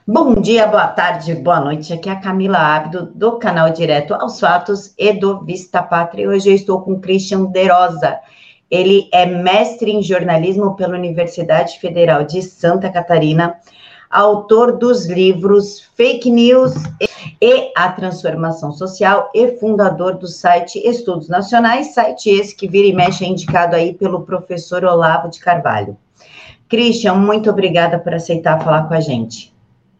Bom dia, boa tarde, boa noite. Aqui é a Camila Abdo, do canal Direto aos Fatos e do Vista Pátria. Hoje eu estou com o Christian De Rosa. Ele é mestre em jornalismo pela Universidade Federal de Santa Catarina, autor dos livros Fake News e a Transformação Social e fundador do site Estudos Nacionais, site esse que vira e mexe é indicado aí pelo professor Olavo de Carvalho. Christian, muito obrigada por aceitar falar com a gente.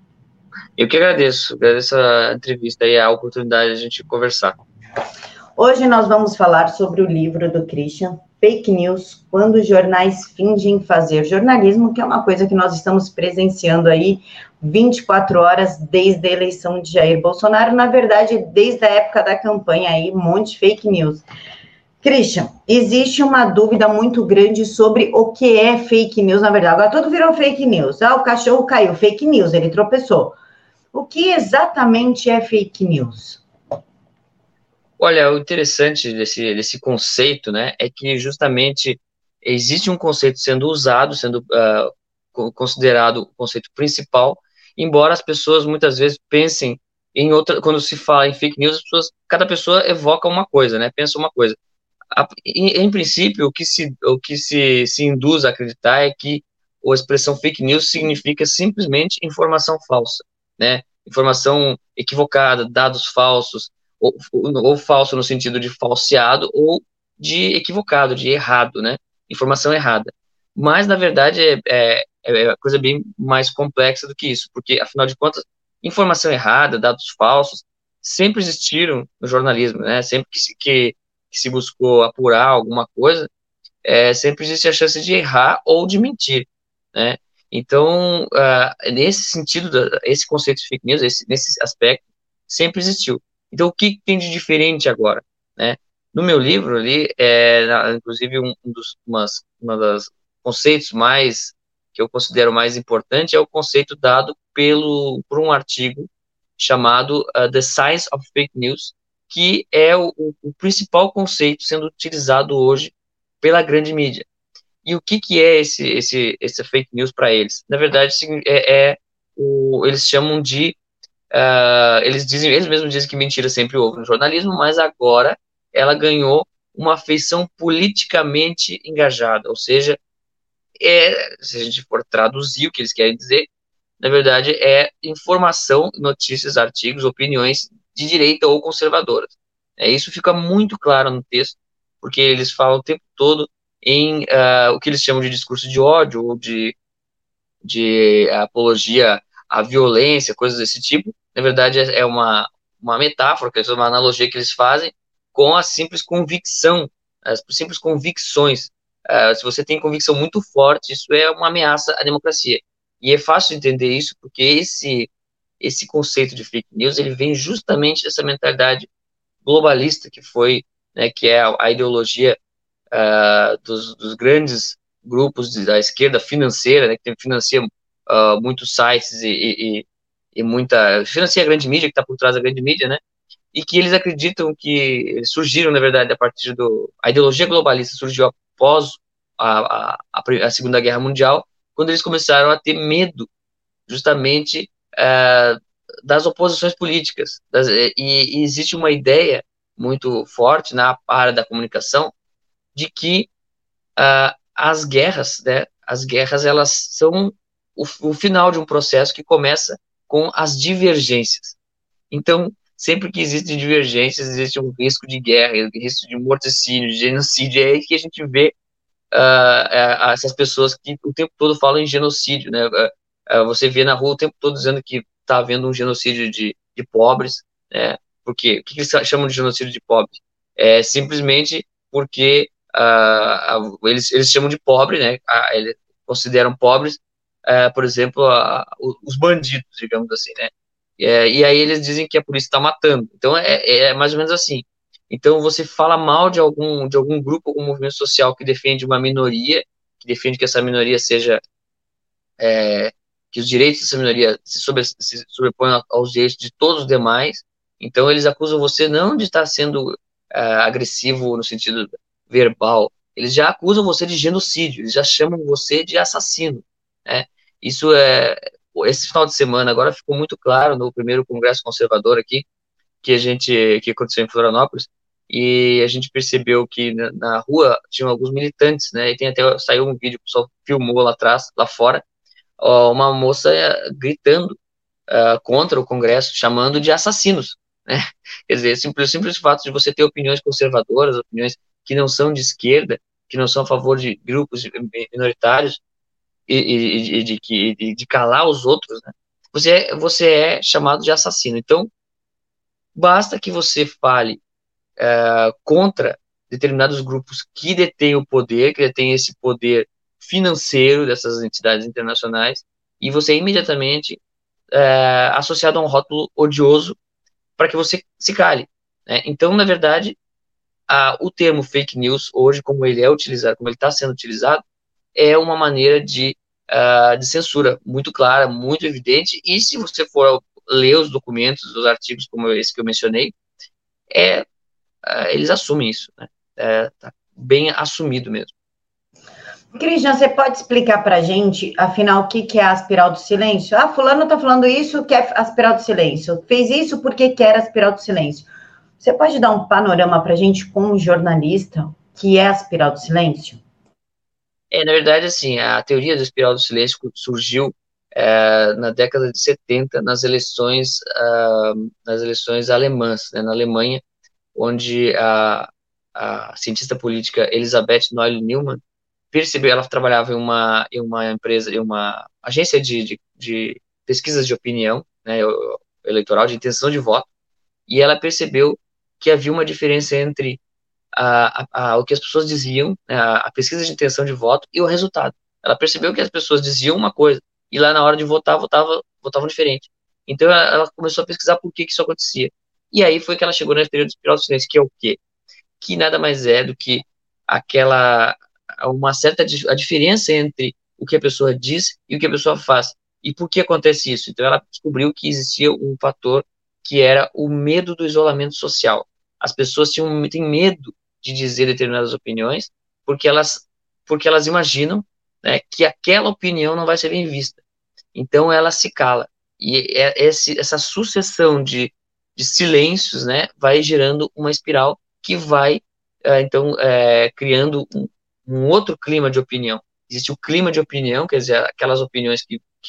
Eu que agradeço a entrevista e a oportunidade de a gente conversar. Hoje nós vamos falar sobre o livro do Christian, Fake News, quando os jornais fingem fazer jornalismo, que é uma coisa que nós estamos presenciando aí 24 horas desde a eleição de Jair Bolsonaro, na verdade, desde a época da campanha aí, um monte de fake news. Christian, existe uma dúvida muito grande sobre o que é fake news, na verdade. Agora tudo virou fake news. O cachorro caiu, fake news, ele tropeçou. O que exatamente é fake news? Olha, o interessante desse conceito, né, é que justamente existe um conceito sendo usado, sendo considerado o conceito principal, embora as pessoas muitas vezes pensem em outra, quando se fala em fake news, cada pessoa evoca uma coisa, né, pensa uma coisa. Em princípio, o que se induz a acreditar é que a expressão fake news significa simplesmente informação falsa, né? Informação equivocada, dados falsos, ou falso no sentido de falseado, ou de equivocado, de errado, né? Informação errada. Mas, na verdade, é uma coisa bem mais complexa do que isso, porque, afinal de contas, informação errada, dados falsos, sempre existiram no jornalismo, né? Sempre que se buscou apurar alguma coisa, sempre existe a chance de errar ou de mentir, né? Então, nesse sentido, esse conceito de fake news, nesse aspecto, sempre existiu. Então, o que tem de diferente agora, né? No meu livro ali, inclusive uma das conceitos mais que eu considero mais importante é o conceito dado por um artigo chamado The Science of Fake News, que é o principal conceito sendo utilizado hoje pela grande mídia. E o que é esse fake news para eles? Na verdade, eles chamam de eles mesmos dizem que mentira sempre houve no jornalismo, mas agora ela ganhou uma feição politicamente engajada, ou seja, se a gente for traduzir o que eles querem dizer, na verdade é informação, notícias, artigos, opiniões de direita ou conservadoras. Isso fica muito claro no texto, porque eles falam o tempo todo em o que eles chamam de discurso de ódio ou de apologia à violência, coisas desse tipo. Na verdade, é uma metáfora, é uma analogia que eles fazem com a simples convicção, as simples convicções. Se você tem convicção muito forte, isso é uma ameaça à democracia. E é fácil entender isso, porque esse conceito de fake news, ele vem justamente dessa mentalidade globalista que é a ideologia dos grandes grupos da esquerda financeira, né, que financia muitos sites e financia a grande mídia, que está por trás da grande mídia, né, e que eles acreditam que surgiram, na verdade, a partir a ideologia globalista surgiu após a Segunda Guerra Mundial, quando eles começaram a ter medo, justamente, das oposições políticas. E existe uma ideia muito forte na área da comunicação de que as guerras, né, elas são o final de um processo que começa com as divergências. Então, sempre que existem divergências, existe um risco de guerra, risco de morticínio, de genocídio. É aí que a gente vê essas pessoas que o tempo todo falam em genocídio, né? Você vê na rua o tempo todo dizendo que está havendo um genocídio de pobres, né? Por quê? O que eles chamam de genocídio de pobres? É simplesmente porque eles chamam de pobre, né? Eles consideram pobres, por exemplo, os bandidos, digamos assim, né? E aí eles dizem que a polícia está matando. Então é mais ou menos assim. Então você fala mal de algum grupo, algum movimento social que defende uma minoria, que defende que essa minoria seja que os direitos dessa minoria se sobreponham aos direitos de todos os demais. Então eles acusam você não de estar sendo agressivo no sentido verbal, eles já acusam você de genocídio, eles já chamam você de assassino, né? Isso esse final de semana agora ficou muito claro no primeiro Congresso Conservador aqui, que aconteceu em Florianópolis, e a gente percebeu que na rua tinham alguns militantes, né, e tem até, saiu um vídeo, o pessoal filmou lá atrás, lá fora, uma moça gritando contra o Congresso, chamando de assassinos, né? Quer dizer, simples fato de você ter opiniões conservadoras, opiniões que não são de esquerda, que não são a favor de grupos minoritários e de calar os outros, né? Você é chamado de assassino. Então, basta que você fale contra determinados grupos que detêm o poder, que detêm esse poder financeiro dessas entidades internacionais, e você imediatamente associado a um rótulo odioso para que você se cale, né? Então, na verdade, o termo fake news, hoje, como ele é utilizado, como ele está sendo utilizado, é uma maneira de censura muito clara, muito evidente, e se você for ler os documentos, os artigos como esse que eu mencionei, eles assumem isso, né? Tá bem assumido mesmo. Christian, você pode explicar para a gente, afinal, o que é a espiral do silêncio? Ah, fulano está falando isso, quer a espiral do silêncio. Fez isso porque quer a espiral do silêncio. Você pode dar um panorama para a gente, como jornalista, que é a espiral do silêncio? Na verdade, assim, a teoria da espiral do silêncio surgiu na década de 70, nas eleições alemãs, né, na Alemanha, onde a cientista política Elisabeth Noelle-Neumann percebeu, ela trabalhava em uma empresa, em uma agência de pesquisas de opinião, né, eleitoral, de intenção de voto, e ela percebeu que havia uma diferença entre o que as pessoas diziam, né, a pesquisa de intenção de voto e o resultado. Ela percebeu que as pessoas diziam uma coisa e lá na hora de votar, votavam diferente. Então ela começou a pesquisar por que isso acontecia. E aí foi que ela chegou na teoria do espiral do silêncio, que é o quê? Que nada mais é do que aquela a diferença entre o que a pessoa diz e o que a pessoa faz. E por que acontece isso? Então ela descobriu que existia um fator que era o medo do isolamento social. As pessoas têm medo de dizer determinadas opiniões porque elas imaginam, né, que aquela opinião não vai ser bem vista. Então ela se cala. E essa sucessão de silêncios, né, vai gerando uma espiral que vai, então, criando um outro clima de opinião. Existe o clima de opinião, quer dizer, aquelas opiniões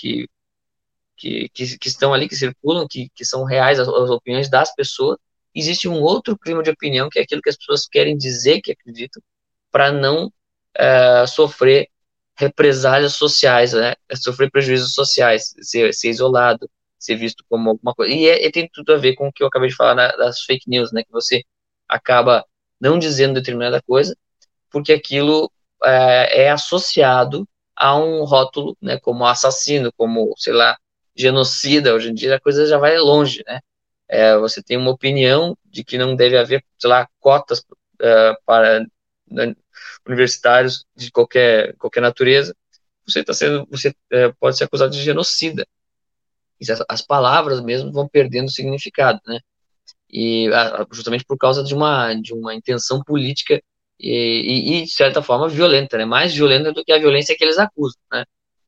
que estão ali, que circulam, que são reais, as opiniões das pessoas. Existe um outro clima de opinião, que é aquilo que as pessoas querem dizer que acreditam, para não sofrer represálias sociais, né? Sofrer prejuízos sociais, ser isolado, ser visto como alguma coisa. E tem tudo a ver com o que eu acabei de falar das fake news, né? Que você acaba não dizendo determinada coisa, porque aquilo é associado a um rótulo, né? Como assassino, como, sei lá, genocida. Hoje em dia a coisa já vai longe, né? Você tem uma opinião de que não deve haver, sei lá, cotas para universitários de qualquer natureza, você pode ser acusado de genocida. As palavras mesmo vão perdendo significado, né? E justamente por causa de uma intenção política de certa forma violenta, né? Mais violenta do que a violência que eles acusam, né?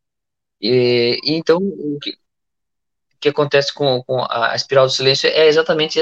E então o que acontece com a espiral do silêncio é exatamente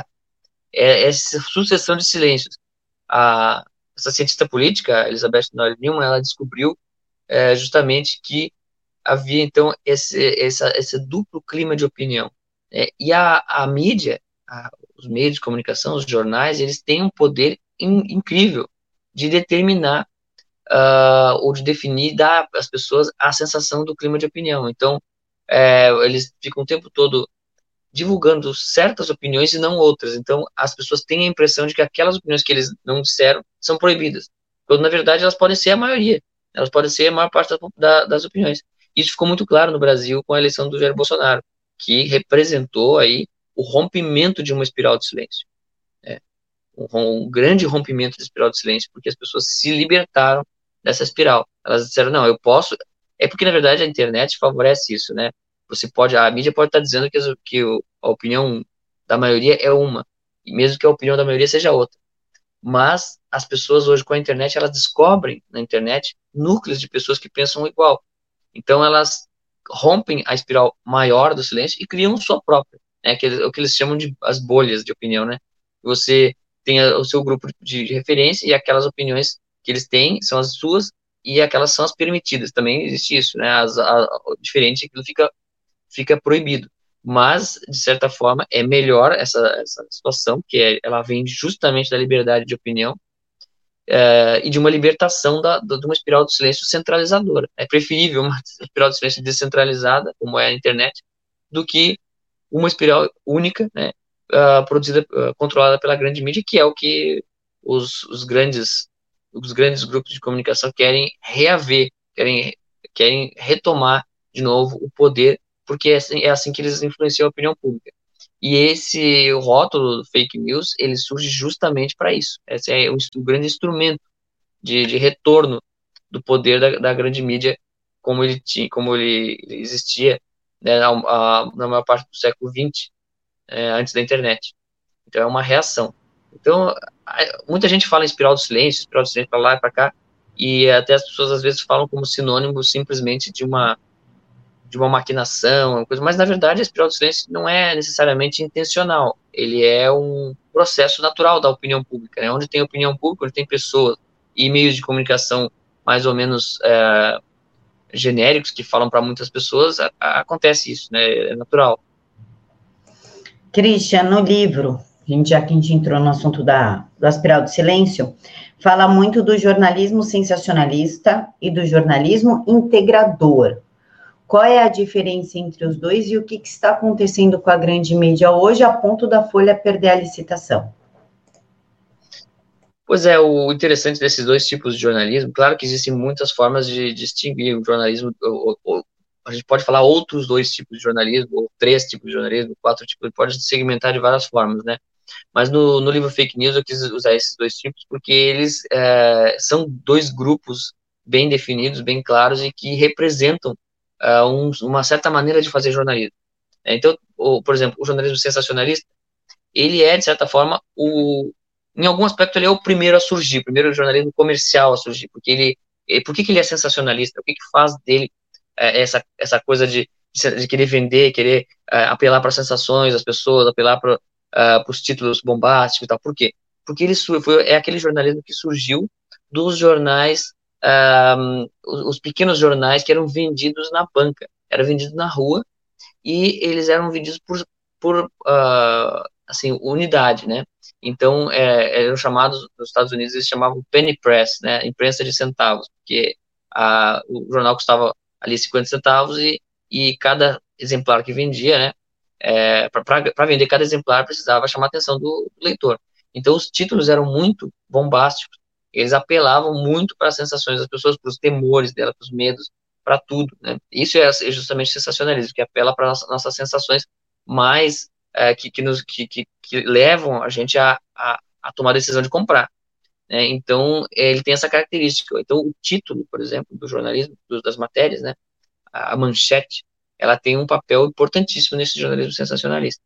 essa sucessão de silêncios. A, essa cientista política, Elizabeth Noelle-Neumann, ela descobriu justamente que havia, então, esse duplo clima de opinião. E a mídia, os meios de comunicação, os jornais, eles têm um poder incrível de determinar ou de definir, dar às pessoas a sensação do clima de opinião. Então, eles ficam o tempo todo divulgando certas opiniões e não outras. Então, as pessoas têm a impressão de que aquelas opiniões que eles não disseram são proibidas, quando na verdade elas podem ser a maioria, elas podem ser a maior parte das opiniões. Isso ficou muito claro no Brasil com a eleição do Jair Bolsonaro, que representou aí o rompimento de uma espiral de silêncio. Né? Um grande rompimento de espiral de silêncio, porque as pessoas se libertaram dessa espiral. Elas disseram, não, eu posso... É porque, na verdade, a internet favorece isso, né? A mídia pode estar dizendo que a opinião da maioria é uma, e mesmo que a opinião da maioria seja outra. Mas as pessoas hoje com a internet, elas descobrem na internet núcleos de pessoas que pensam igual. Então elas rompem a espiral maior do silêncio e criam sua própria, né, o que eles chamam de as bolhas de opinião, né? Você tem o seu grupo de referência e aquelas opiniões que eles têm são as suas e aquelas são as permitidas. Também existe isso, né? Diferente, aquilo fica proibido. Mas, de certa forma, é melhor essa situação, que ela vem justamente da liberdade de opinião, e de uma libertação de uma espiral do silêncio centralizadora. É preferível uma espiral do silêncio descentralizada, como é a internet, do que uma espiral única, né, produzida, controlada pela grande mídia, que é o que os grandes grupos de comunicação querem reaver, querem retomar de novo o poder, porque é assim que eles influenciam a opinião pública. E esse rótulo do fake news, ele surge justamente para isso. Esse é o grande instrumento de retorno do poder da grande mídia, como ele existia, né, na maior parte do século XX, antes da internet. Então é uma reação. Então, muita gente fala em espiral do silêncio para lá e para cá, e até as pessoas às vezes falam como sinônimo simplesmente de uma maquinação, uma coisa, mas na verdade a espiral do silêncio não é necessariamente intencional, ele é um processo natural da opinião pública, né? Onde tem opinião pública, onde tem pessoas e meios de comunicação mais ou menos genéricos que falam para muitas pessoas, acontece isso, né? É natural. Christian, no livro, já que a gente entrou no assunto do espiral do silêncio, fala muito do jornalismo sensacionalista e do jornalismo integrador. Qual é a diferença entre os dois e o que está acontecendo com a grande mídia hoje a ponto da Folha perder a licitação? Pois é, o interessante desses dois tipos de jornalismo, claro que existem muitas formas de distinguir o jornalismo, a gente pode falar outros dois tipos de jornalismo, ou três tipos de jornalismo, quatro tipos, pode segmentar de várias formas, né? Mas no livro Fake News eu quis usar esses dois tipos porque eles são dois grupos bem definidos, bem claros e que representam uma certa maneira de fazer jornalismo. Então, por exemplo, o jornalismo sensacionalista, ele é, de certa forma, em algum aspecto, ele é o primeiro a surgir, o primeiro jornalismo comercial a surgir, porque por que ele é sensacionalista? O que faz dele essa coisa de querer vender, querer apelar para sensações das pessoas, apelar para os títulos bombásticos e tal. Por quê? Porque é aquele jornalismo que surgiu dos jornais, os pequenos jornais que eram vendidos na banca, eram vendidos na rua, e eles eram vendidos por assim, unidade, né? Então, eram chamados, nos Estados Unidos, eles chamavam penny press, né? Imprensa de centavos, porque o jornal custava ali 50 centavos e cada exemplar que vendia, né? Para vender cada exemplar precisava chamar a atenção do leitor. Então, os títulos eram muito bombásticos, eles apelavam muito para as sensações das pessoas, para os temores dela, para os medos, para tudo, né? Isso é justamente sensacionalismo, que apela para nossas sensações mais que levam a gente a tomar a decisão de comprar, né? Então, ele tem essa característica. Então, o título, por exemplo, do jornalismo, das matérias, né? A manchete, ela tem um papel importantíssimo nesse jornalismo sensacionalista.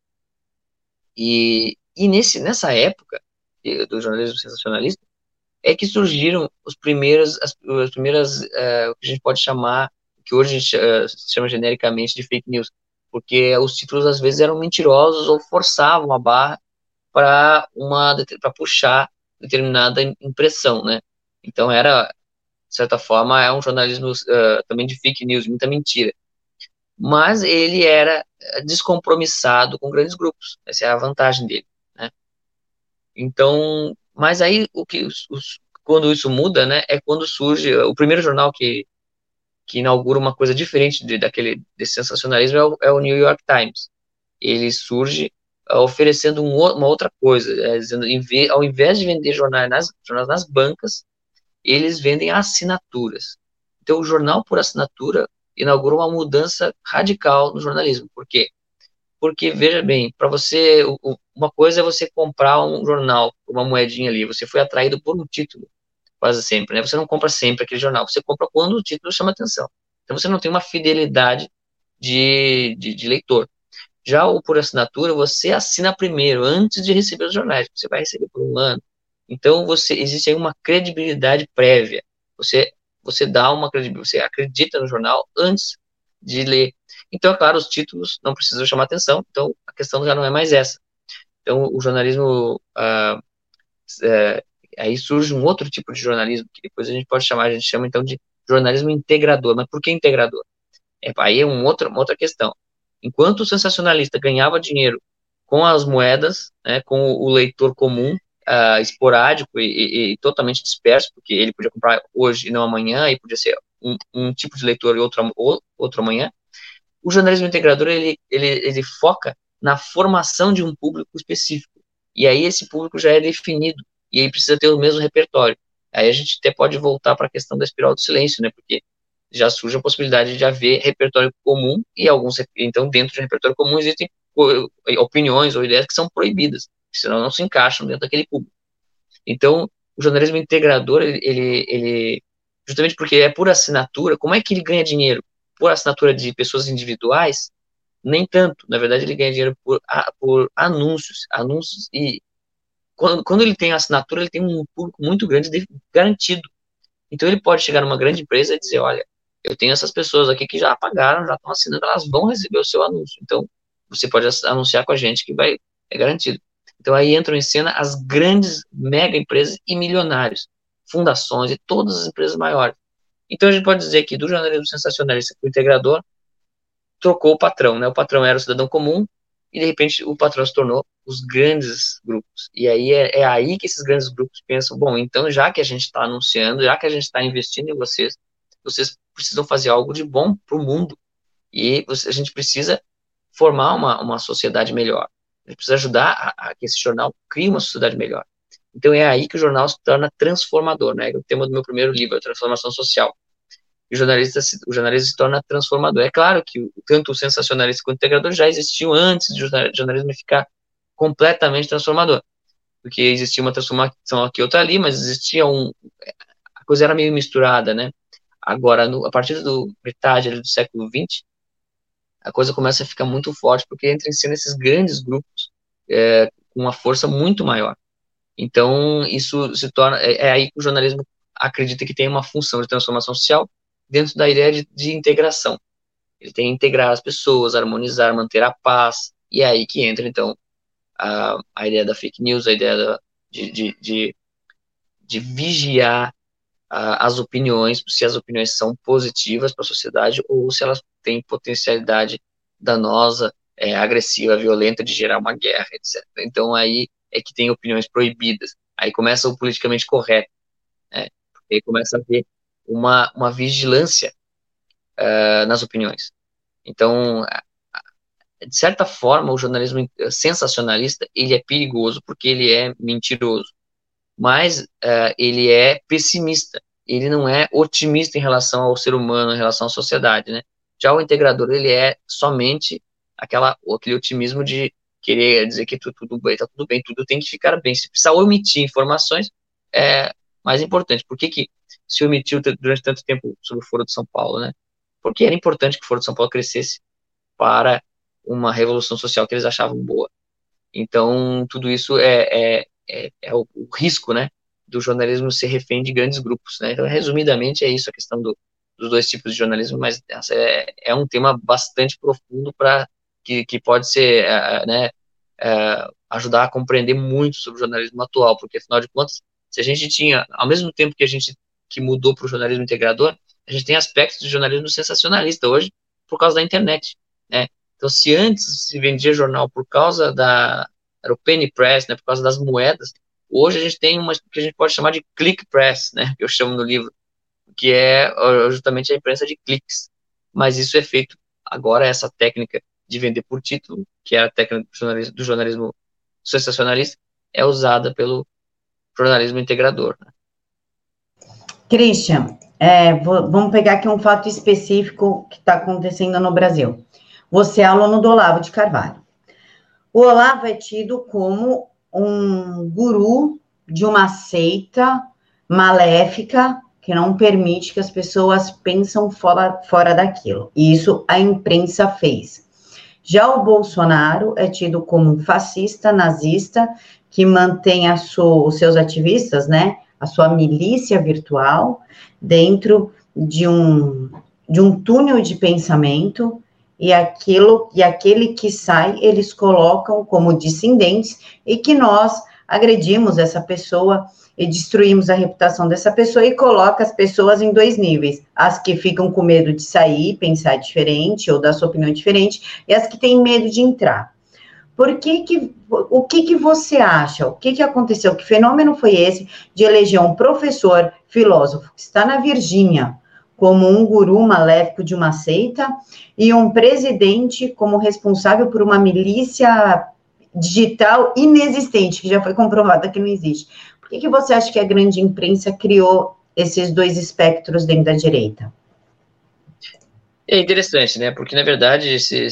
E nessa época do jornalismo sensacionalista é que surgiram as primeiras, o que a gente pode chamar, que hoje a gente se chama genericamente de fake news, porque os títulos às vezes eram mentirosos ou forçavam a barra para puxar determinada impressão, né? Então era, de certa forma, é um jornalismo também de fake news, muita mentira. Mas ele era descompromissado com grandes grupos. Essa é a vantagem dele, né? Então, mas aí quando isso muda, né, é quando surge o primeiro jornal que inaugura uma coisa diferente desse sensacionalismo é o New York Times. Ele surge oferecendo uma outra coisa, dizendo, ao invés de vender jornais nas bancas, eles vendem assinaturas. Então, o jornal por assinatura inaugurou uma mudança radical no jornalismo. Por quê? Porque, veja bem, para você, uma coisa é você comprar um jornal, uma moedinha ali, você foi atraído por um título, quase sempre, né? Você não compra sempre aquele jornal, você compra quando o título chama atenção. Então, você não tem uma fidelidade de leitor. Já o por assinatura, você assina primeiro, antes de receber os jornais, você vai receber por um ano. Então, existe aí uma credibilidade prévia. Você dá uma credibilidade, você acredita no jornal antes de ler. Então, é claro, os títulos não precisam chamar atenção, então a questão já não é mais essa. Então, o jornalismo, aí surge um outro tipo de jornalismo, que depois a gente chama então de jornalismo integrador. Mas por que integrador? Aí é uma outra questão. Enquanto o sensacionalista ganhava dinheiro com as moedas, né, com o leitor comum, esporádico e totalmente disperso, porque ele podia comprar hoje e não amanhã, e podia ser um tipo de leitor e outro amanhã, o jornalismo integrador, ele foca na formação de um público específico. E aí esse público já é definido, e aí precisa ter o mesmo repertório. Aí a gente até pode voltar para a questão da espiral do silêncio, né, porque já surge a possibilidade de haver repertório comum, e então dentro de repertório comum existem opiniões ou ideias que são proibidas, senão não se encaixam dentro daquele público. Então, o jornalismo integrador, ele justamente porque é por assinatura, como é que ele ganha dinheiro? Por assinatura de pessoas individuais? Nem tanto. Na verdade, ele ganha dinheiro por anúncios. E quando ele tem assinatura, ele tem um público muito grande garantido. Então, ele pode chegar numa grande empresa e dizer, olha, eu tenho essas pessoas aqui que já pagaram, já estão assinando, elas vão receber o seu anúncio. Então, você pode anunciar com a gente que é garantido. Então, aí entram em cena as grandes mega empresas e milionários, fundações e todas as empresas maiores. Então, a gente pode dizer que do jornalismo sensacionalista para o integrador, trocou o patrão, né? O patrão era o cidadão comum e, de repente, o patrão se tornou os grandes grupos. E aí é aí que esses grandes grupos pensam, bom, então, já que a gente está anunciando, já que a gente está investindo em vocês precisam fazer algo de bom para o mundo. E a gente precisa formar uma sociedade melhor. A gente precisa ajudar a que esse jornal crie uma sociedade melhor. Então, é aí que o jornal se torna transformador, né? O tema do meu primeiro livro, a transformação social. E o jornalista se torna transformador. É claro que tanto o sensacionalista quanto o integrador já existiam antes do jornalismo ficar completamente transformador. Porque existia uma transformação aqui, outra ali, mas existia a coisa era meio misturada, né? Agora, a partir da metade do século XX, a coisa começa a ficar muito forte, porque entra em cena esses grandes grupos com uma força muito maior. Então, isso se torna... É aí que o jornalismo acredita que tem uma função de transformação social dentro da ideia de integração. Ele tem que integrar as pessoas, harmonizar, manter a paz, e é aí que entra, então, a ideia da fake news, a ideia de vigiar as opiniões, se as opiniões são positivas para a sociedade ou se elas têm potencialidade danosa, agressiva, violenta, de gerar uma guerra, etc. Então, aí é que tem opiniões proibidas. Aí começa o politicamente correto, né? Aí começa a haver uma vigilância nas opiniões. Então, de certa forma, o jornalismo sensacionalista, ele é perigoso porque ele é mentiroso, mas ele é pessimista, ele não é otimista em relação ao ser humano, em relação à sociedade, né? Já o integrador, ele é somente aquele otimismo de querer dizer que tudo bem, tá tudo bem, tudo tem que ficar bem. Se precisar omitir informações, é mais importante. Por que se omitiu durante tanto tempo sobre o Foro de São Paulo, né? Porque era importante que o Foro de São Paulo crescesse para uma revolução social que eles achavam boa. Então, tudo isso é o risco, né, do jornalismo ser refém de grandes grupos, né? Então, resumidamente, é isso a questão dos dois tipos de jornalismo, mas é um tema bastante profundo que pode ser, né, ajudar a compreender muito sobre o jornalismo atual, porque, afinal de contas, se a gente tinha, ao mesmo tempo que mudou para o jornalismo integrador, a gente tem aspectos de jornalismo sensacionalista hoje por causa da internet, né? Então, se antes se vendia jornal por causa era o penny press, né, por causa das moedas, hoje a gente tem uma que a gente pode chamar de click press, né, que eu chamo no livro, que é justamente a imprensa de cliques. Mas isso é feito agora, essa técnica de vender por título, que é a técnica do jornalismo sensacionalista, é usada pelo jornalismo integrador, né? Christian, vamos pegar aqui um fato específico que está acontecendo no Brasil. Você é aluno do Olavo de Carvalho. O Olavo é tido como um guru de uma seita maléfica que não permite que as pessoas pensem fora daquilo. E isso a imprensa fez. Já o Bolsonaro é tido como um fascista, nazista, que mantém os seus ativistas, né, a sua milícia virtual, dentro de um de um túnel de pensamento, e aquele que sai, eles colocam como dissidentes, e que nós agredimos essa pessoa e destruímos a reputação dessa pessoa e coloca as pessoas em dois níveis, as que ficam com medo de sair, pensar diferente ou dar sua opinião diferente, e as que têm medo de entrar. O que você acha? O que aconteceu? Que fenômeno foi esse de eleger um professor filósofo que está na Virgínia como um guru maléfico de uma seita e um presidente como responsável por uma milícia digital inexistente, que já foi comprovada que não existe? Por que você acha que a grande imprensa criou esses dois espectros dentro da direita? É interessante, né? Porque, na verdade,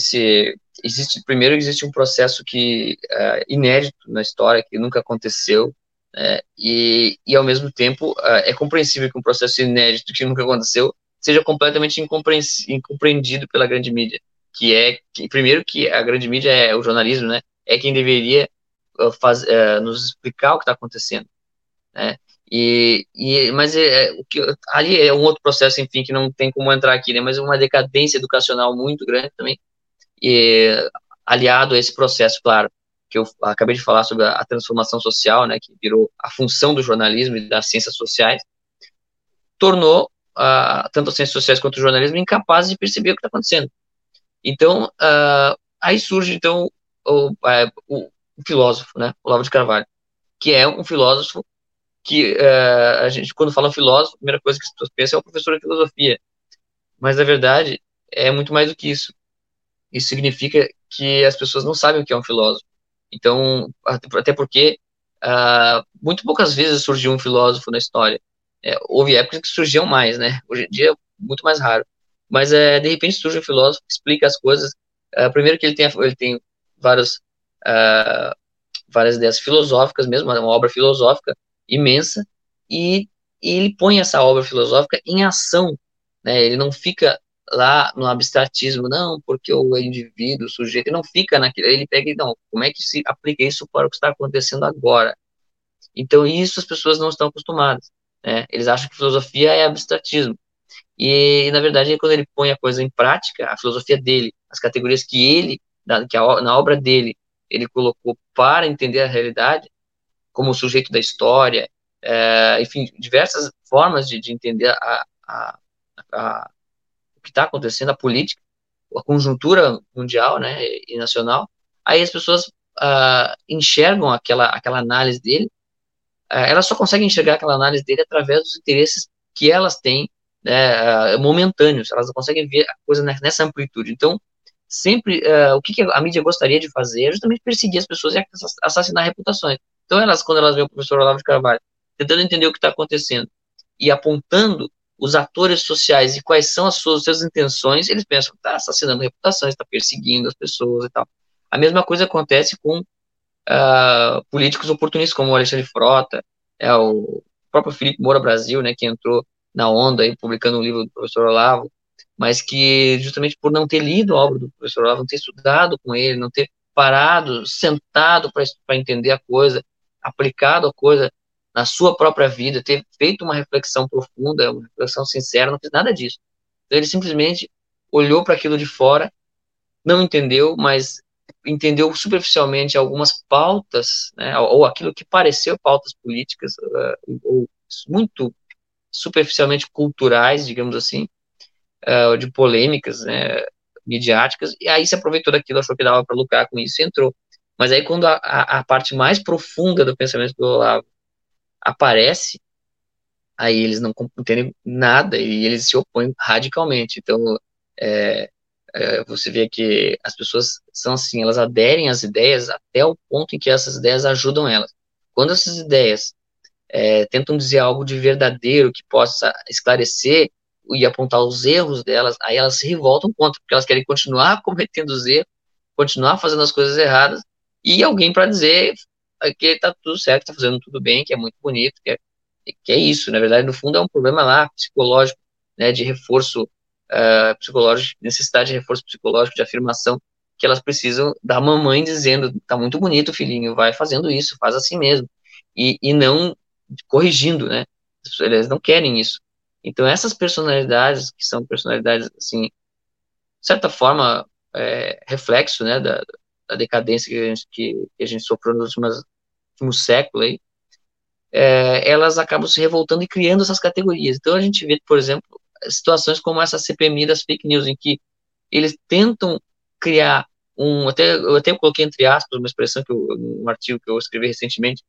existe um processo inédito na história, que nunca aconteceu, né? Ao mesmo tempo, é compreensível que um processo inédito que nunca aconteceu seja completamente incompreendido pela grande mídia, primeiro, que a grande mídia é o jornalismo, né? É quem deveria nos explicar o que está acontecendo, né? Mas ali é um outro processo, enfim, que não tem como entrar aqui, né? Mas uma decadência educacional muito grande também, aliado a esse processo, claro, que eu acabei de falar sobre a transformação social, né? Que virou a função do jornalismo e das ciências sociais, tornou tanto as ciências sociais quanto o jornalismo incapazes de perceber o que está acontecendo. Então, aí surge então o filósofo, né? Olavo de Carvalho, que é um filósofo que a gente, quando fala filósofo, a primeira coisa que as pessoas pensam é o professor de filosofia. Mas, na verdade, é muito mais do que isso. Isso significa que as pessoas não sabem o que é um filósofo. Então, até porque muito poucas vezes surgiu um filósofo na história. Houve épocas que surgiam mais, né? Hoje em dia é muito mais raro. Mas, de repente, surge um filósofo que explica as coisas. Primeiro que ele tem várias, várias ideias filosóficas mesmo, uma obra filosófica imensa, e ele põe essa obra filosófica em ação, né? Ele não fica lá no abstratismo, não, porque o indivíduo, o sujeito, ele não fica naquilo, ele pega e, não, como é que se aplica isso para o que está acontecendo agora? Então, isso as pessoas não estão acostumadas, né? Eles acham que filosofia é abstratismo, na verdade, quando ele põe a coisa em prática, a filosofia dele, as categorias na obra dele, ele colocou para entender a realidade, como o sujeito da história, enfim, diversas formas de entender o que está acontecendo, a política, a conjuntura mundial, né, e nacional. Aí as pessoas enxergam aquela análise dele, elas só conseguem enxergar aquela análise dele através dos interesses que elas têm, né, momentâneos, elas não conseguem ver a coisa nessa amplitude. Então, sempre, o que a mídia gostaria de fazer é justamente perseguir as pessoas e assassinar reputações. Então, quando elas veem o professor Olavo de Carvalho tentando entender o que está acontecendo e apontando os atores sociais e quais são as suas intenções, eles pensam que está assassinando reputações, está perseguindo as pessoas e tal. A mesma coisa acontece com políticos oportunistas, como o Alexandre Frota, o próprio Felipe Moura Brasil, né, que entrou na onda aí, publicando um livro do professor Olavo, mas que justamente por não ter lido a obra do professor Olavo, não ter estudado com ele, não ter parado, sentado para entender a coisa, aplicado a coisa na sua própria vida, ter feito uma reflexão profunda, uma reflexão sincera, não fez nada disso. Então ele simplesmente olhou para aquilo de fora, não entendeu, mas entendeu superficialmente algumas pautas, né, ou aquilo que pareceu pautas políticas, ou muito superficialmente culturais, digamos assim, de polêmicas, né, midiáticas, e aí se aproveitou daquilo, achou que dava para lucrar com isso e entrou. Mas aí quando a parte mais profunda do pensamento do Olavo aparece, aí eles não entendem nada e eles se opõem radicalmente. Então, você vê que as pessoas são assim, elas aderem às ideias até o ponto em que essas ideias ajudam elas. Quando essas ideias tentam dizer algo de verdadeiro que possa esclarecer e apontar os erros delas, aí elas se revoltam contra, porque elas querem continuar cometendo os erros, continuar fazendo as coisas erradas, e alguém para dizer que está tudo certo, está fazendo tudo bem, que é muito bonito, que é isso. Na verdade, no fundo, é um problema lá psicológico, né, de reforço psicológico, necessidade de reforço psicológico, de afirmação, que elas precisam da mamãe dizendo, tá muito bonito, filhinho, vai fazendo isso, faz assim mesmo, e não corrigindo, né? Eles não querem isso. Então, essas personalidades, que são personalidades, assim, de certa forma, reflexo, né, da decadência que a gente sofreu nos últimos séculos aí, elas acabam se revoltando e criando essas categorias. Então, a gente vê, por exemplo, situações como essa CPMI das fake news, em que eles tentam criar eu até coloquei entre aspas uma expressão um artigo que eu escrevi recentemente,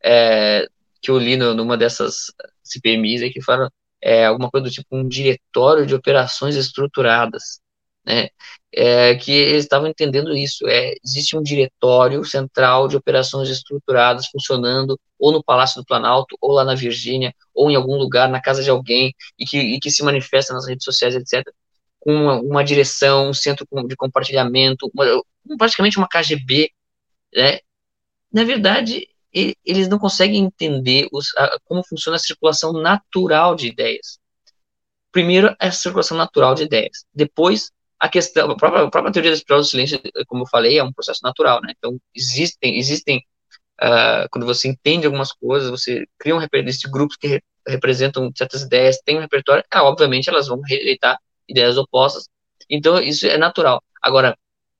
que eu li numa dessas CPMIs aí, que fala alguma coisa do tipo um diretório de operações estruturadas, né? Que eles estavam entendendo isso. Existe um diretório central de operações estruturadas funcionando ou no Palácio do Planalto, ou lá na Virgínia, ou em algum lugar, na casa de alguém, e que se manifesta nas redes sociais, etc., com uma direção, um centro de compartilhamento, praticamente uma KGB, né? Na verdade, eles não conseguem entender como funciona a circulação natural de ideias. Primeiro, a circulação natural de ideias. Depois, a própria teoria da espiral do silêncio, como eu falei, é um processo natural, né? Então, existem quando você entende algumas coisas, você cria de grupos que representam certas ideias, tem um repertório, obviamente elas vão rejeitar ideias opostas, então isso é natural. Agora,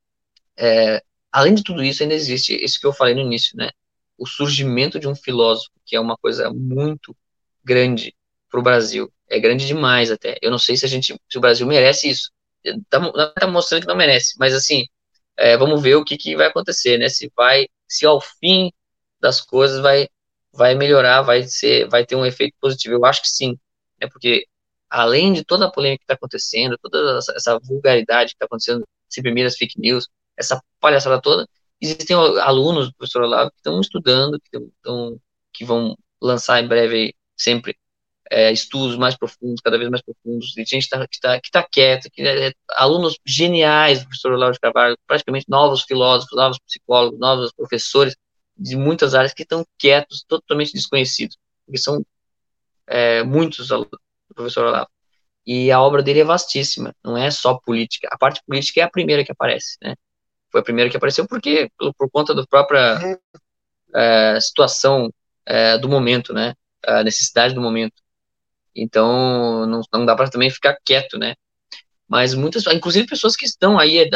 além de tudo isso, ainda existe isso que eu falei no início, né? O surgimento de um filósofo, que é uma coisa muito grande para o Brasil, é grande demais até. Eu não sei se o Brasil merece isso. Tá mostrando que não merece, mas assim, vamos ver o que vai acontecer, né? Se ao fim das coisas vai melhorar, vai ter um efeito positivo. Eu acho que sim, né? Porque além de toda a polêmica que está acontecendo, toda essa vulgaridade que está acontecendo, se primeiras fake news, essa palhaçada toda, existem alunos do professor Olavo que estão estudando, que vão lançar em breve aí, sempre estudos mais profundos, cada vez mais profundos, de gente que tá quieta, alunos geniais do professor Olavo de Carvalho, praticamente novos filósofos, novos psicólogos, novos professores de muitas áreas que estão quietos, totalmente desconhecidos, porque são muitos alunos do professor Olavo. E a obra dele é vastíssima, não é só política. A parte política é a primeira que aparece, né? Foi a primeira que apareceu porque por conta da própria situação do momento, né? A necessidade do momento. Então, não dá para também ficar quieto, né? Mas inclusive pessoas que estão aí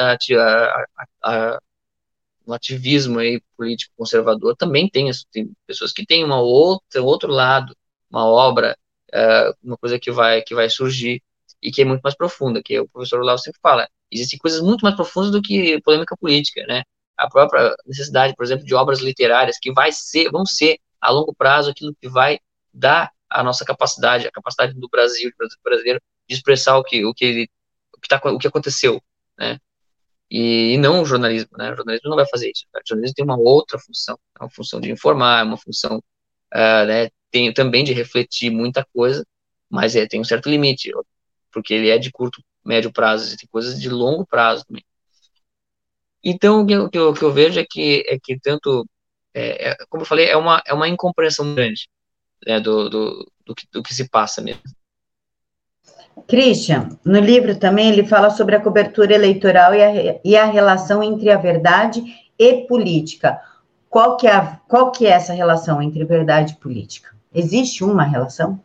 no ativismo aí político conservador também tem pessoas que têm outro lado, uma obra, uma coisa que vai surgir e que é muito mais profunda, que o professor Olavo sempre fala. Existem coisas muito mais profundas do que polêmica política, né? A própria necessidade, por exemplo, de obras literárias que vão ser a longo prazo aquilo que vai dar a nossa capacidade, a capacidade do Brasil, do brasileiro, de expressar o que aconteceu, né? E não o jornalismo, né? O jornalismo não vai fazer isso. O jornalismo tem uma outra função, é uma função de informar, é uma função, né, tem também de refletir muita coisa, mas tem um certo limite, porque ele é de curto, médio prazo, e tem coisas de longo prazo também. Então, o que eu vejo é que tanto, como eu falei, é uma incompreensão grande, né, do que se passa mesmo. Christian, no livro também ele fala sobre a cobertura eleitoral e a relação entre a verdade e política. Qual que é essa relação entre verdade e política? Existe uma relação?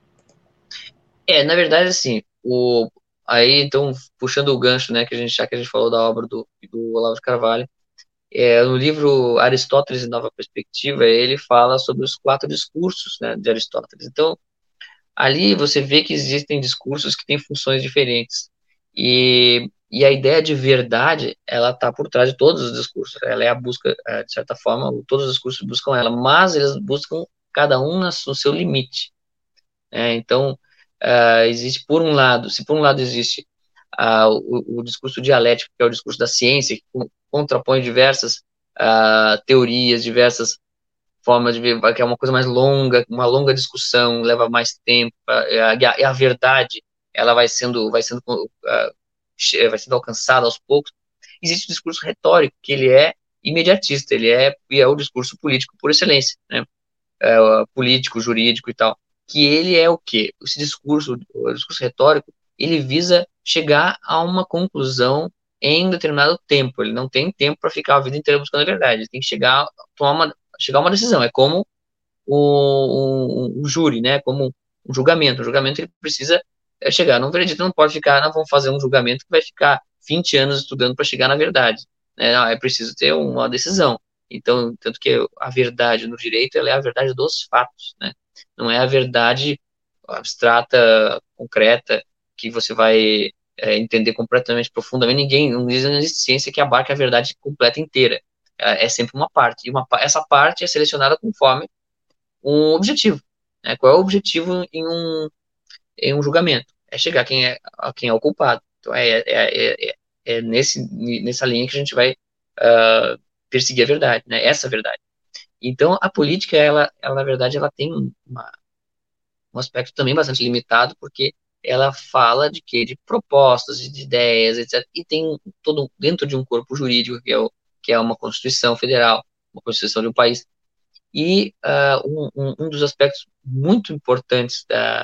Na verdade, assim, aí, então, puxando o gancho, né, já que a gente falou da obra do Olavo de Carvalho, no livro Aristóteles e Nova Perspectiva, ele fala sobre os 4 discursos, né, de Aristóteles. Então, ali você vê que existem discursos que têm funções diferentes. E a ideia de verdade, ela está por trás de todos os discursos. Ela é a busca, de certa forma, todos os discursos buscam ela, mas eles buscam cada um no seu limite. Então, existe, por um lado, se por um lado existe o discurso dialético, que é o discurso da ciência, que contrapõe diversas teorias, diversas formas de ver, que é uma coisa mais longa, uma longa discussão, leva mais tempo, e a verdade, ela vai sendo alcançada aos poucos. Existe o discurso retórico, que ele é imediatista, e é o discurso político por excelência, né? Político, jurídico e tal, que ele é o quê? Esse discurso, o discurso retórico, ele visa chegar a uma conclusão em determinado tempo. Ele não tem tempo para ficar a vida inteira buscando a verdade. Ele tem que chegar a uma decisão. É como o júri, né? Como um julgamento. O julgamento ele precisa chegar num veredito, não pode ficar, não vamos fazer um julgamento que vai ficar 20 anos estudando para chegar na verdade. Né? Não, é preciso ter uma decisão. Então, tanto que a verdade no direito, ela é a verdade dos fatos, né? Não é a verdade abstrata, concreta, que você vai entender completamente, profundamente. Não existe ciência que abarque a verdade completa inteira. É sempre uma parte. E essa parte é selecionada conforme um objetivo. Né? Qual é o objetivo em um julgamento? É chegar a quem é o culpado. Então, nessa linha que a gente vai perseguir a verdade, né? Essa verdade. Então, a política, na verdade, ela tem um aspecto também bastante limitado, porque ela fala de quê? De propostas, de ideias, etc. E tem todo dentro de um corpo jurídico, que é uma Constituição Federal, uma Constituição de um país. E um dos aspectos muito importantes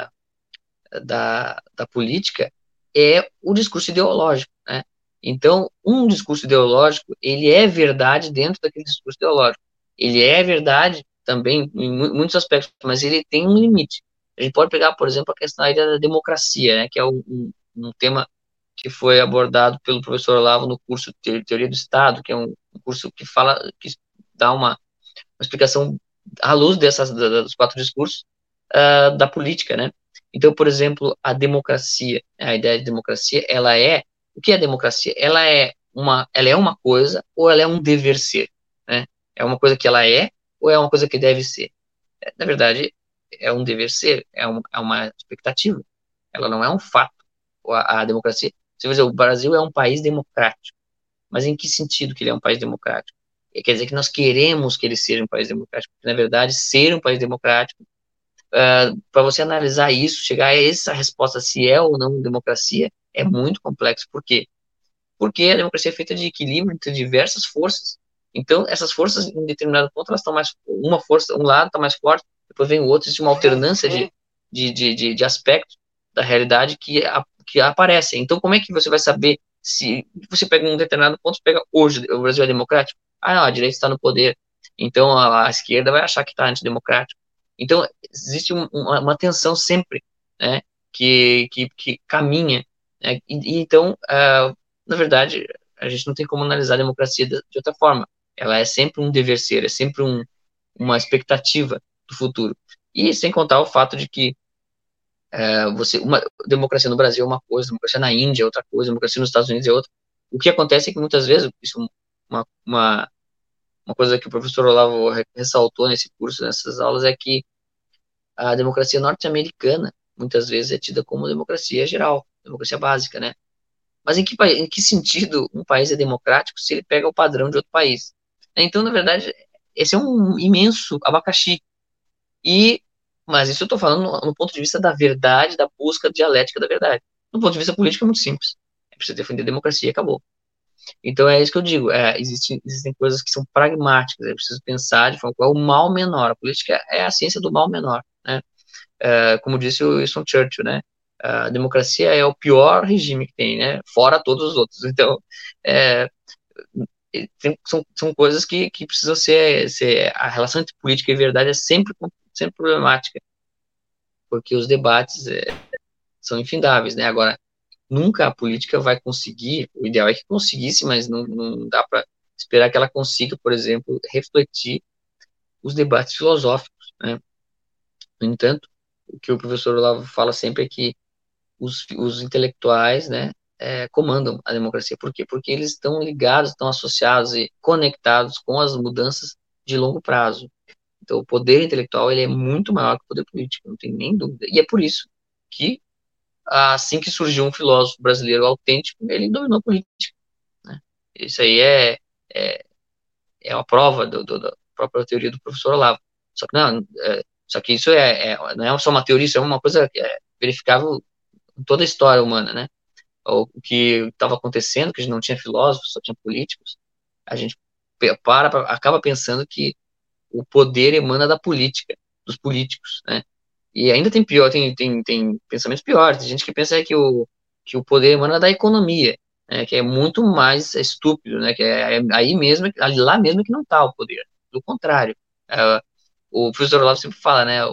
da política é o discurso ideológico, né? Então, um discurso ideológico, ele é verdade dentro daquele discurso ideológico. Ele é verdade também em muitos aspectos, mas ele tem um limite. A gente pode pegar, por exemplo, a questão aí da democracia, né, que é um tema que foi abordado pelo professor Olavo no curso de Teoria do Estado, que é um curso que dá uma explicação à luz dos quatro discursos da política, né? Então, por exemplo, a ideia de democracia, o que é democracia? Ela é uma coisa ou ela é um dever ser, né? É uma coisa que ela é ou é uma coisa que deve ser? Na verdade, é um dever ser, é uma expectativa. Ela não é um fato. A democracia, você vai dizer, o Brasil é um país democrático. Mas em que sentido que ele é um país democrático? Quer dizer que nós queremos que ele seja um país democrático, porque, na verdade, ser um país democrático, para você analisar isso, chegar a essa resposta se é ou não democracia, é muito complexo. Por quê? Porque a democracia é feita de equilíbrio entre diversas forças. Então, essas forças, em determinado ponto, elas estão mais. Uma força, um lado está mais forte, depois vem o outro, existe uma alternância de aspectos da realidade que aparecem. Então, como é que você vai saber se você pega um determinado ponto, pega hoje, o Brasil é democrático? Ah, não, a direita está no poder, então a esquerda vai achar que está antidemocrático. Então, existe uma tensão sempre, né, que caminha. Né, então, na verdade, a gente não tem como analisar a democracia de outra forma. Ela é sempre um dever ser, é sempre uma expectativa do futuro. E sem contar o fato de que uma democracia no Brasil é uma coisa, democracia na Índia é outra coisa, democracia nos Estados Unidos é outra. O que acontece é que muitas vezes, isso é uma coisa que o professor Olavo ressaltou nesse curso, nessas aulas, é que a democracia norte-americana muitas vezes é tida como democracia geral, democracia básica, né? Mas em que sentido um país é democrático se ele pega o padrão de outro país? Então, na verdade, esse é um imenso abacaxi. Mas isso eu estou falando no ponto de vista da verdade, da busca dialética da verdade. No ponto de vista político é muito simples. É preciso defender a democracia e acabou. Então é isso que eu digo. Existem coisas que são pragmáticas. É preciso pensar de forma qual é o mal menor. A política é a ciência do mal menor, né? Como disse o Winston Churchill, né? A democracia é o pior regime que tem, né? Fora todos os outros. Então, é, são coisas que precisam ser. A relação entre política e verdade é sempre problemática, porque os debates são infindáveis, né? Agora, nunca a política vai conseguir, o ideal é que conseguisse, mas não dá para esperar que ela consiga, por exemplo, refletir os debates filosóficos, né? No entanto, o que o professor Olavo fala sempre é que os intelectuais, né, comandam a democracia. Por quê? Porque eles estão ligados, estão associados e conectados com as mudanças de longo prazo. Então, o poder intelectual ele é muito maior que o poder político, não tem nem dúvida. E é por isso que, assim que surgiu um filósofo brasileiro autêntico, ele dominou a política. Né? Isso aí é, é uma prova da própria teoria do professor Olavo. Só que, não, só que isso não é só uma teoria, isso é uma coisa verificável em toda a história humana, né? O que estava acontecendo, que a gente não tinha filósofos, só tinha políticos, a gente acaba pensando que o poder emana da política, dos políticos, né? E ainda tem pior, tem pensamentos piores. Tem gente que pensa que o poder emana da economia, né? Que é muito mais estúpido, né? Que é aí mesmo, lá mesmo que não está o poder. Do contrário, o professor Olavo sempre fala, né?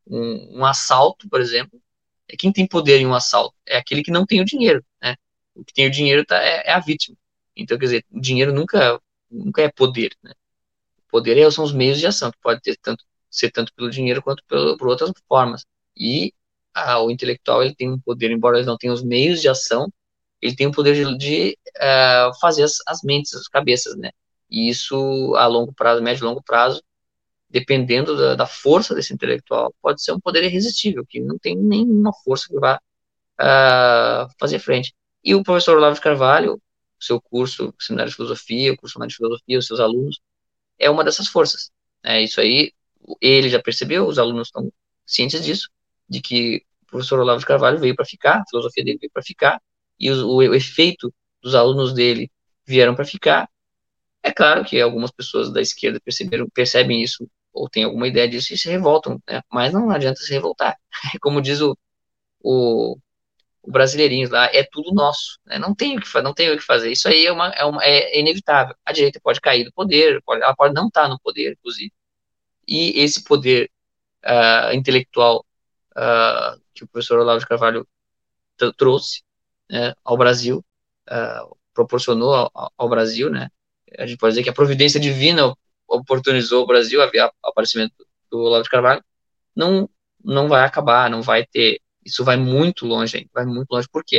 um assalto, por exemplo, quem tem poder em um assalto? É aquele que não tem o dinheiro, né? O que tem o dinheiro é a vítima. Então, quer dizer, o dinheiro nunca é poder, né? O poder são os meios de ação, que pode ser tanto pelo dinheiro quanto por outras formas. E o intelectual, ele tem um poder, embora ele não tenha os meios de ação, ele tem o poder de fazer as mentes, as cabeças, né? E isso, a longo prazo, médio e longo prazo, dependendo da força desse intelectual, pode ser um poder irresistível, que não tem nenhuma força que vá fazer frente. E o professor Olavo de Carvalho, o seu curso, o Seminário de Filosofia, o curso de Filosofia, os seus alunos, é uma dessas forças. Isso aí, ele já percebeu, os alunos estão cientes disso, de que o professor Olavo de Carvalho veio para ficar, a filosofia dele veio para ficar, e o efeito dos alunos dele vieram para ficar. É claro que algumas pessoas da esquerda percebem isso, ou têm alguma ideia disso e se revoltam, né? Mas não adianta se revoltar. Como diz o, o Brasileirinhos lá, é tudo nosso, né? Não tem o que fazer. Isso aí é inevitável. A direita pode cair do poder, ela pode não estar no poder, inclusive. E esse poder intelectual que o professor Olavo de Carvalho trouxe, né, ao Brasil, proporcionou ao Brasil, né? A gente pode dizer que a providência divina oportunizou o Brasil, o aparecimento do Olavo de Carvalho, não, não vai acabar, não vai ter, isso vai muito longe, vai muito longe, porque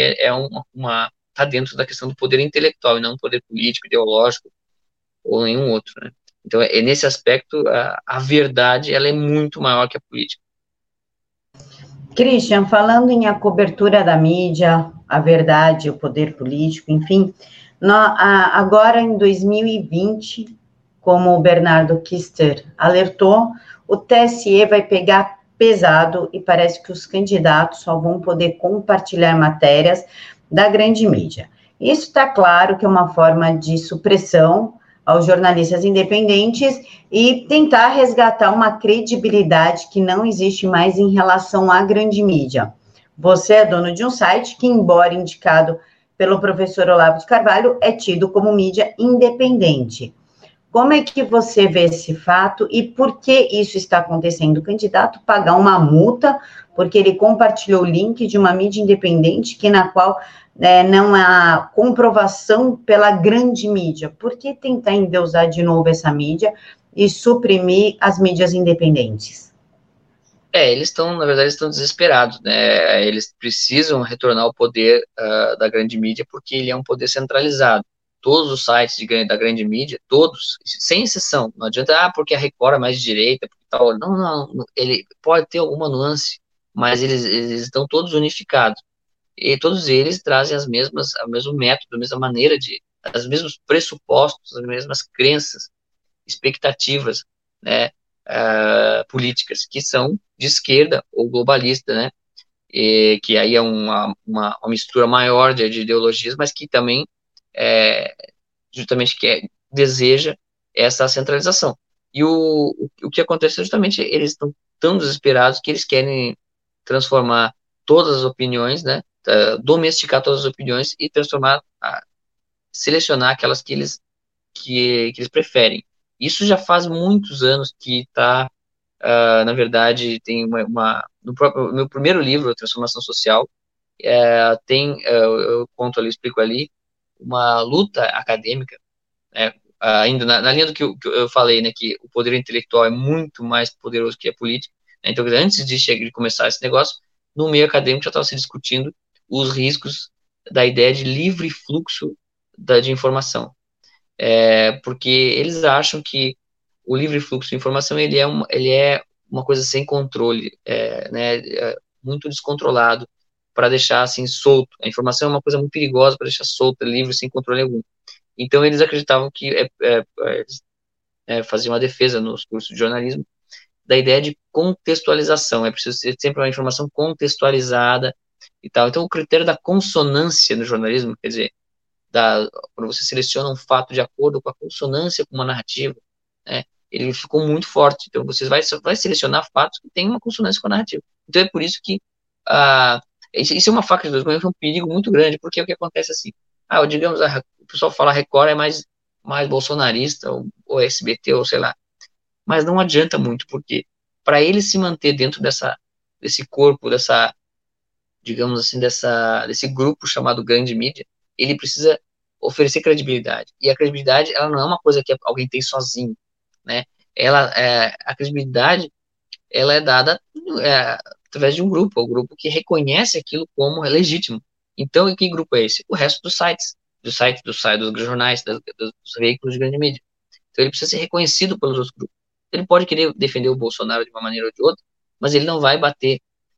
tá dentro da questão do poder intelectual e não do poder político, ideológico ou nenhum outro, né? Então, nesse aspecto, a verdade, ela é muito maior que a política. Christian, falando em a cobertura da mídia, a verdade, o poder político, enfim, agora em 2020, como o Bernardo Kister alertou, o TSE vai pegar pesado e parece que os candidatos só vão poder compartilhar matérias da grande mídia. Isso está claro que é uma forma de supressão aos jornalistas independentes e tentar resgatar uma credibilidade que não existe mais em relação à grande mídia. Você é dono de um site que, embora indicado pelo professor Olavo de Carvalho, é tido como mídia independente. Como é que você vê esse fato e por que isso está acontecendo? O candidato pagar uma multa porque ele compartilhou o link de uma mídia independente na qual não há comprovação pela grande mídia. Por que tentar endeusar de novo essa mídia e suprimir as mídias independentes? Eles estão, na verdade, estão desesperados, né? Eles precisam retornar ao poder da grande mídia porque ele é um poder centralizado. Todos os sites da grande mídia, todos, sem exceção, não adianta, porque a Record é mais de direita, tal. Não, ele pode ter alguma nuance, mas eles estão todos unificados. E todos eles trazem o mesmo método, a mesma maneira os mesmos pressupostos, as mesmas crenças, expectativas, né, políticas, que são de esquerda ou globalista, né, e que aí é uma mistura maior de ideologias, mas que também justamente deseja essa centralização. E o que acontece é justamente eles estão tão desesperados que eles querem transformar todas as opiniões, né, domesticar todas as opiniões e selecionar aquelas que eles preferem. Isso já faz muitos anos que está, na verdade, tem no meu primeiro livro, Transformação Social, eu conto ali, explico ali, uma luta acadêmica, né, ainda na linha do que eu falei, né, que o poder intelectual é muito mais poderoso que a política, né, então antes de começar esse negócio, no meio acadêmico já estava se discutindo os riscos da ideia de livre fluxo de informação, porque eles acham que o livre fluxo de informação ele é uma coisa sem controle, né, muito descontrolado, para deixar assim solto. A informação é uma coisa muito perigosa para deixar solta, livre, sem controle algum. Então eles acreditavam que faziam uma defesa nos cursos de jornalismo da ideia de contextualização. É preciso ter sempre uma informação contextualizada e tal. Então o critério da consonância no jornalismo, quer dizer, quando você seleciona um fato de acordo com a consonância com uma narrativa, né, ele ficou muito forte. Então, você vai selecionar fatos que têm uma consonância com a narrativa. Então, é por isso que isso é uma faca de dois gumes, é um perigo muito grande, porque o que acontece assim, digamos, o pessoal fala Record é mais bolsonarista, ou SBT, ou sei lá, mas não adianta muito, porque para ele se manter dentro desse corpo, dessa, digamos assim, desse grupo chamado grande mídia, ele precisa oferecer credibilidade. E a credibilidade, ela não é uma coisa que alguém tem sozinho, né? A credibilidade, ela é dada através de um grupo, o grupo que reconhece aquilo como legítimo. Então, e que grupo é esse? O resto dos sites, dos jornais, dos veículos de grande mídia. Então, ele precisa ser reconhecido pelos outros grupos. Ele pode querer defender o Bolsonaro de uma maneira ou de outra, mas ele não vai bater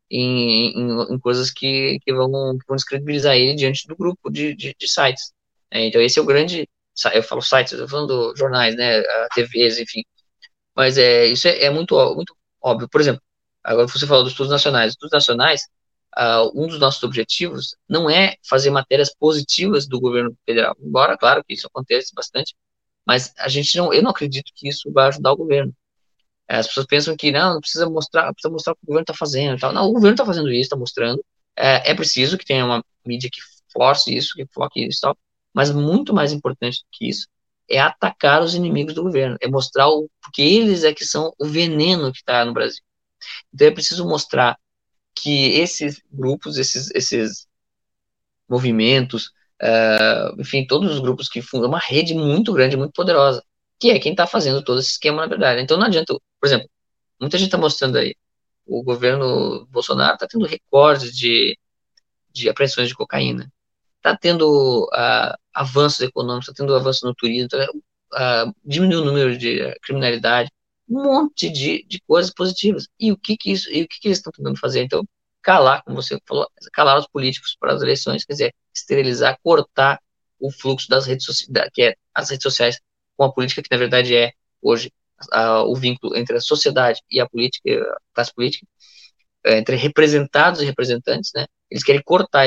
em coisas que vão descredibilizar ele diante do grupo de sites. Então, esse é o grande. Eu falo sites, eu estou falando jornais, né, TVs, enfim. Mas isso é muito óbvio. Por exemplo, agora você falou dos estudos nacionais. Os estudos nacionais, um dos nossos objetivos não é fazer matérias positivas do governo federal, embora, claro, que isso acontece bastante, mas eu não acredito que isso vai ajudar o governo. As pessoas pensam que não precisa mostrar o que o governo está fazendo e tal. Não, o governo está fazendo isso, está mostrando. É preciso que tenha uma mídia que force isso, que foque isso e tal. Mas muito mais importante do que isso é atacar os inimigos do governo, é mostrar porque eles é que são o veneno que está no Brasil. Então é preciso mostrar que esses grupos, esses movimentos, enfim, todos os grupos que fundam uma rede muito grande, muito poderosa, que é quem está fazendo todo esse esquema, na verdade. Então não adianta, por exemplo, muita gente está mostrando aí, o governo Bolsonaro está tendo recordes de apreensões de cocaína, está tendo avanços econômicos, está tendo avanços no turismo, diminuiu o número de criminalidade, um monte de coisas positivas. E o que eles estão tentando fazer? Então, calar, como você falou, calar os políticos para as eleições, quer dizer, esterilizar, cortar o fluxo das redes sociais, que é as redes sociais com a política, que na verdade é hoje o vínculo entre a sociedade e a política, a classe política, entre representados e representantes, né? Eles querem cortar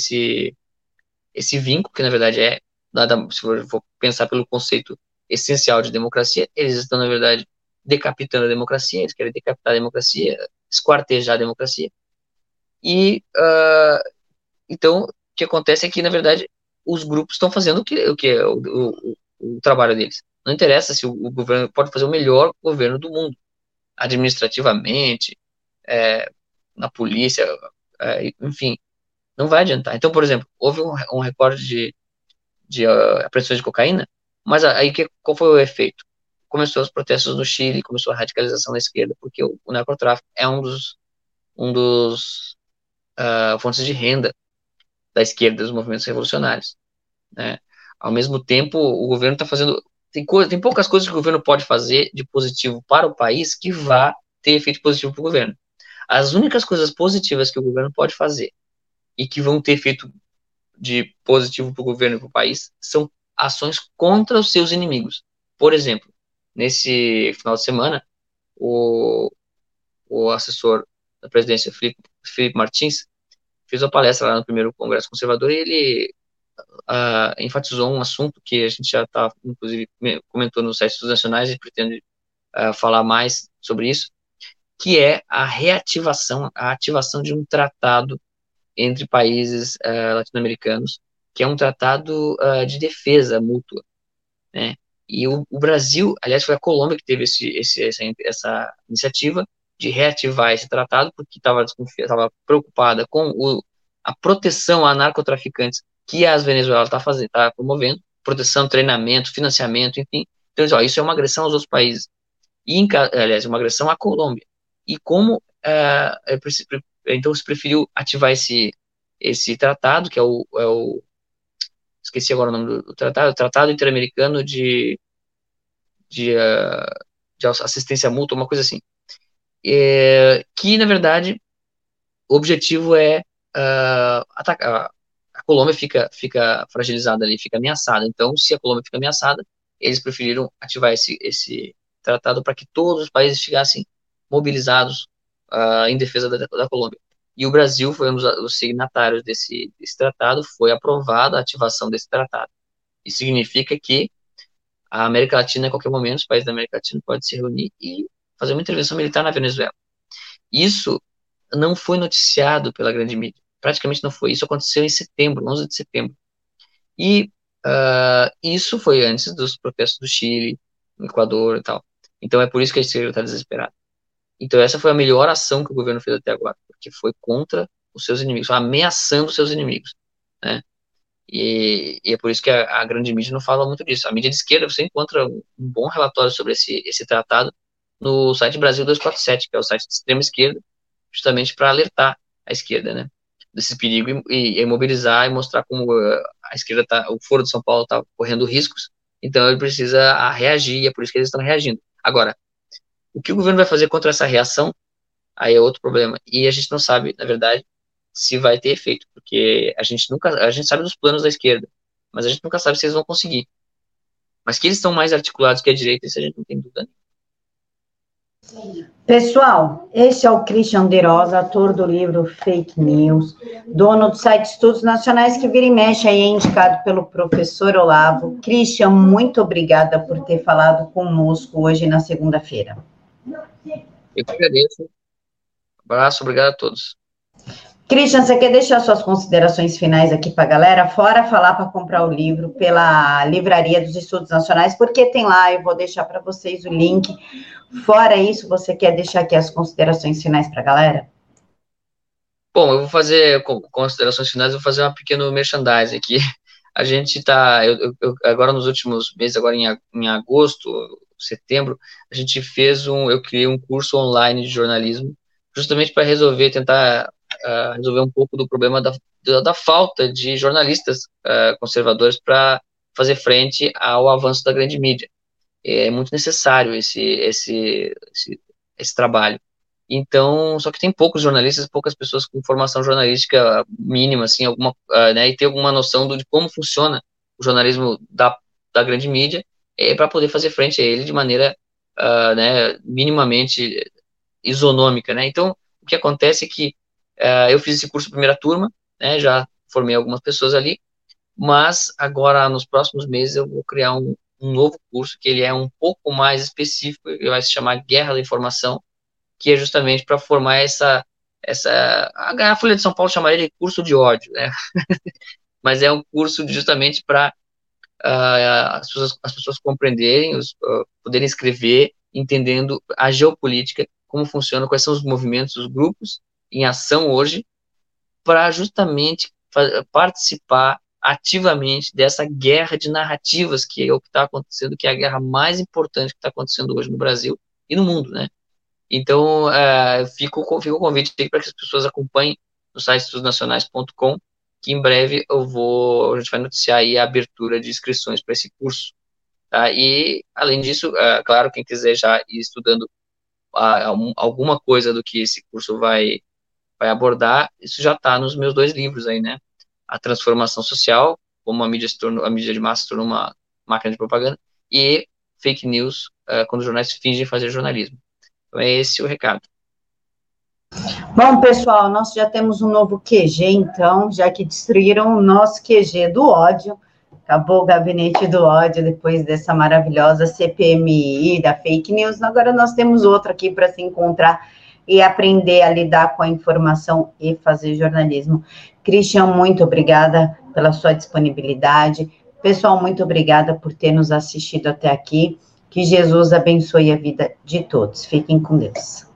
esse vínculo, que na verdade se for pensar pelo conceito essencial de democracia, eles estão, na verdade, decapitando a democracia, eles querem decapitar a democracia, esquartejar a democracia. E, então, o que acontece é que, na verdade, os grupos estão fazendo o que é o trabalho deles. Não interessa se o governo pode fazer o melhor governo do mundo, administrativamente, é, na polícia, enfim, não vai adiantar. Então, por exemplo, houve um recorde de apreensões de cocaína, mas aí qual foi o efeito? Começou os protestos no Chile, começou a radicalização da esquerda, porque o narcotráfico é um dos fontes de renda da esquerda, dos movimentos revolucionários, né? Ao mesmo tempo, o governo está fazendo tem poucas coisas que o governo pode fazer de positivo para o país que vá ter efeito positivo para o governo. As únicas coisas positivas que o governo pode fazer e que vão ter efeito de positivo para o governo e para o país são ações contra os seus inimigos. Por exemplo, nesse final de semana, o, o assessor da presidência, Felipe Martins, fez uma palestra lá no primeiro Congresso Conservador e ele enfatizou um assunto que a gente já está, inclusive, comentou nos sites nacionais e pretende falar mais sobre isso, que é a ativação de um tratado entre países latino-americanos, que é um tratado de defesa mútua, né? E o Brasil, aliás, foi a Colômbia que teve essa iniciativa de reativar esse tratado, porque estava preocupada com a proteção a narcotraficantes que a Venezuela está promovendo, proteção, treinamento, financiamento, enfim. Então, isso é uma agressão aos outros países. Aliás, uma agressão à Colômbia. E como então se preferiu ativar esse tratado, que esqueci agora o nome do tratado, o Tratado Interamericano de, uh, de Assistência Mútua, uma coisa assim, que, na verdade, o objetivo é atacar. A Colômbia fica fragilizada ali, fica ameaçada. Então, se a Colômbia fica ameaçada, eles preferiram ativar esse tratado para que todos os países ficassem mobilizados em defesa da Colômbia. E o Brasil foi um dos signatários desse tratado, foi aprovada a ativação desse tratado. Isso significa que a América Latina, a qualquer momento, os países da América Latina podem se reunir e fazer uma intervenção militar na Venezuela. Isso não foi noticiado pela grande mídia, praticamente não foi. Isso aconteceu em setembro, 11 de setembro. E isso foi antes dos protestos do Chile, no Equador e tal. Então é por isso que a esquerda está desesperada. Então, essa foi a melhor ação que o governo fez até agora, porque foi contra os seus inimigos, foi ameaçando os seus inimigos, né? E é por isso que a grande mídia não fala muito disso. A mídia de esquerda, você encontra um bom relatório sobre esse tratado no site Brasil 247, que é o site de extrema esquerda, justamente para alertar a esquerda, né, desse perigo e mobilizar e mostrar como a esquerda o Foro de São Paulo está correndo riscos, então ele precisa reagir, e é por isso que eles estão reagindo. Agora, o que o governo vai fazer contra essa reação, aí é outro problema, e a gente não sabe, na verdade, se vai ter efeito, porque a gente sabe dos planos da esquerda, mas a gente nunca sabe se eles vão conseguir. Mas que eles estão mais articulados que a direita, isso a gente não tem dúvida. Pessoal, esse é o Christian De Rosa, autor do livro Fake News, dono do site Estudos Nacionais, que vira e mexe aí, é indicado pelo professor Olavo. Christian, muito obrigada por ter falado conosco hoje na segunda-feira. Eu que agradeço. Um abraço, obrigado a todos. Christian, você quer deixar suas considerações finais aqui para a galera? Fora falar para comprar o livro pela Livraria dos Estudos Nacionais, porque tem lá, eu vou deixar para vocês o link. Fora isso, você quer deixar aqui as considerações finais para a galera? Bom, eu vou fazer considerações finais, eu vou fazer uma pequena merchandising aqui. A gente está, agora nos últimos meses, agora em agosto, setembro, eu criei um curso online de jornalismo, justamente para tentar resolver um pouco do problema da falta de jornalistas conservadores para fazer frente ao avanço da grande mídia. É muito necessário esse trabalho. Então, só que tem poucos jornalistas, poucas pessoas com formação jornalística mínima, assim, né, e ter alguma noção de como funciona o jornalismo da grande mídia, para poder fazer frente a ele de maneira, né, minimamente isonômica, né. Então, o que acontece é que eu fiz esse curso primeira turma, né, já formei algumas pessoas ali, mas agora, nos próximos meses, eu vou criar um novo curso, que ele é um pouco mais específico, ele vai se chamar Guerra da Informação, que é justamente para formar a Folha de São Paulo chamaria de curso de ódio, né? Mas é um curso justamente para as pessoas compreenderem, poderem escrever, entendendo a geopolítica, como funciona, quais são os movimentos, os grupos em ação hoje, para justamente participar ativamente dessa guerra de narrativas, que é o que está acontecendo, que é a guerra mais importante que está acontecendo hoje no Brasil e no mundo, né? Então, fica o convite para que as pessoas acompanhem no site estudosnacionais.com, que em breve a gente vai noticiar aí a abertura de inscrições para esse curso. Tá? E, além disso, claro, quem quiser já ir estudando alguma coisa do que esse curso vai abordar, isso já está nos meus 2 livros aí, né? A Transformação Social, como a mídia de massa se tornou uma máquina de propaganda, e Fake News, quando os jornais fingem fazer jornalismo. Então, é esse o recado. Bom, pessoal, nós já temos um novo QG, então, já que destruíram o nosso QG do ódio, acabou o gabinete do ódio depois dessa maravilhosa CPMI da fake news, agora nós temos outro aqui para se encontrar e aprender a lidar com a informação e fazer jornalismo. Christian, muito obrigada pela sua disponibilidade. Pessoal, muito obrigada por ter nos assistido até aqui. Que Jesus abençoe a vida de todos. Fiquem com Deus.